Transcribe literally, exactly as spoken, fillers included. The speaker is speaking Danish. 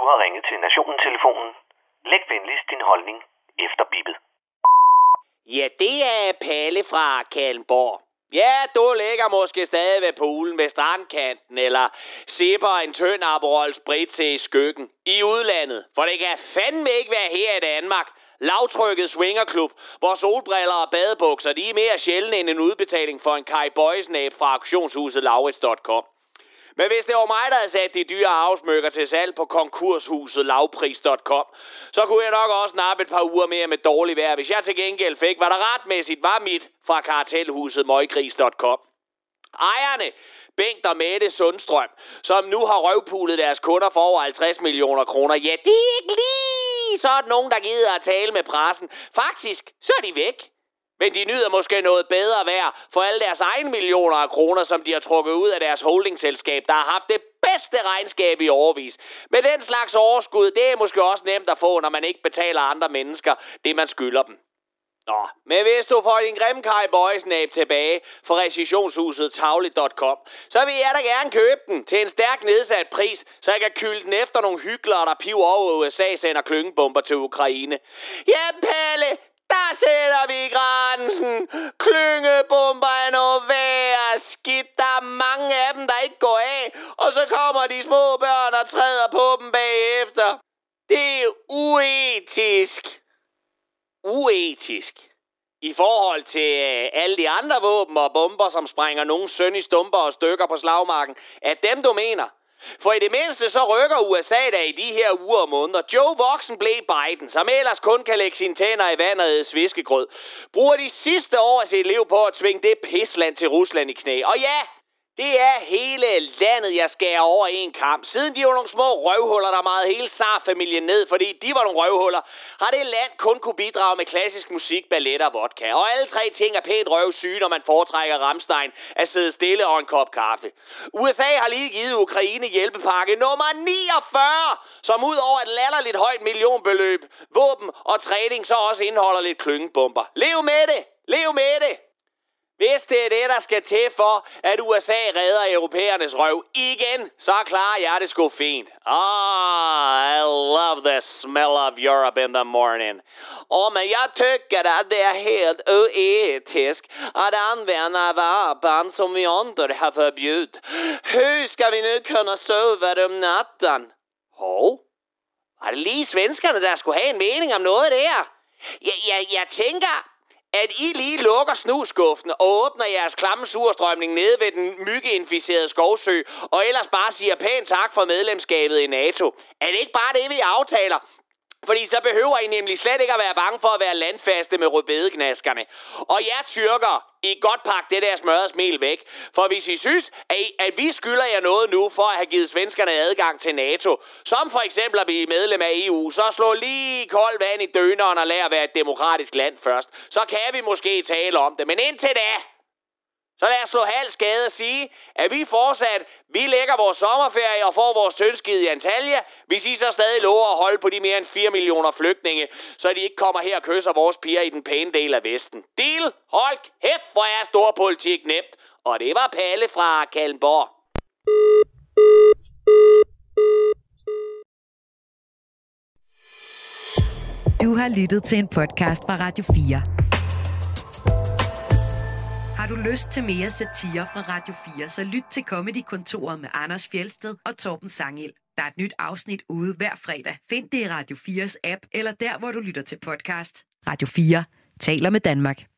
har ringet til Nationen-telefonen. Læg venligst din holdning efter bippet. Ja, det er Palle fra Kalmborg. Ja, du ligger måske stadig ved poolen ved strandkanten, eller sipper en tynd Aperol Spritz i skyggen i udlandet. For det kan fandme ikke være her i Danmark. Lavtrykket swingerklub, hvor solbriller og badebukser, de er mere sjældne end en udbetaling for en Kai Boys-næb fra auktionshuset Laurits punktum com. Men hvis det var mig, der havde sat de dyre arvesmykker til salg på konkurshuset lavpris punktum com, så kunne jeg nok også nappe et par uger mere med dårlig vejr, hvis jeg til gengæld fik, hvad der retmæssigt var mit fra kartelhuset møggris punktum com. Ejerne, Bengt og Mette Sundstrøm, som nu har røvpulet deres kunder for over halvtreds millioner kroner, ja, det er ikke lige sådan nogen, der gider at tale med pressen. Faktisk, så er de væk. Men de nyder måske noget bedre værd for alle deres egne millioner af kroner, som de har trukket ud af deres holdingselskab, der har haft det bedste regnskab i årevis. Men den slags overskud, det er måske også nemt at få, når man ikke betaler andre mennesker det, man skylder dem. Nå, men hvis du får din grimme Kai Boys-næb tilbage fra recessionshuset tavle punktum com, så vil jeg da gerne købe den til en stærk nedsat pris, så jeg kan kylde den efter nogle hyklere, der piver over U S A sender klyngebomber til Ukraine. Ja, Palle! Der sætter vi grænsen. Klyngebomber er noget værd skidt. Der er mange af dem, der ikke går af. Og så kommer de små børn og træder på dem bagefter. Det er uetisk. Uetisk. I forhold til øh, alle de andre våben og bomber, som sprænger nogen søn i stumper og stykker på slagmarken, er dem, du mener. For i det mindste så rykker U S A da i de her uger og måneder. Joe Voksen blev Biden, som ellers kun kan lægge sine tænder i vand og æde sviskegrød, bruger de sidste år af sit liv på at tvinge det pisland til Rusland i knæ. Og ja, det er hele landet, jeg skærer over en kamp. Siden de var nogle små røvhuller, der meget hele Tsar-familien ned, fordi de var nogle røvhuller, har det land kun kunne bidrage med klassisk musik, ballet og vodka. Og alle tre ting er pænt røvsyge, når man foretrækker Rammstein at sidde stille og en kop kaffe. U S A har lige givet Ukraine hjælpepakke nummer niogfyrre, som ud over et latterligt højt millionbeløb, våben og træning, så også indeholder lidt klyngebomber. Lev med det! Lev med det! Hvis det er det, der skal til for, at U S A redder europæernes røv igen, så klarer jeg det sgu fint. Ah, I love the smell of Europe in the morning. Og men jeg tycker at det er helt uetisk at använda vapen som vi andre har förbjudit. Hur ska vi nu kunna sova om natten? Hov, var det lige svenskerne, der skulle have en mening om noget der? Jeg, jeg, jeg tænker, at I lige lukker snusskuffen og åbner jeres klamme surstrømning nede ved den myggeinficerede skovsø, og ellers bare siger pænt tak for medlemskabet i NATO. Er det ikke bare det, vi aftaler? Fordi så behøver I nemlig slet ikke at være bange for at være landfaste med rødbedeknaskerne. Og jer tyrker, I godt pakke det der smørrede smil væk. For hvis I synes, at, I, at vi skylder jer noget nu for at have givet svenskerne adgang til NATO, som for eksempel at blive medlem af E U, så slå lige koldt vand i døneren og lad at være et demokratisk land først. Så kan vi måske tale om det. Men indtil da, så lad os slå halv skade og sige, at vi fortsat, vi lægger vores sommerferie og får vores tyndskid i Antalya, hvis I så stadig lover at holde på de mere end fire millioner flygtninge, så de ikke kommer her og kysser vores piger i den pæne del af Vesten. Deal, hold kæft, hvor er storpolitik nemt. Og det var Palle fra Kalmborg. Du har lyttet til en podcast fra Radio fire. Har du lyst til mere satire fra Radio fire, så lyt til Comedy-kontoret med Anders Fjeldsted og Torben Sangel. Der er et nyt afsnit ude hver fredag. Find det i Radio fires app, eller der, hvor du lytter til podcast. Radio fire taler med Danmark.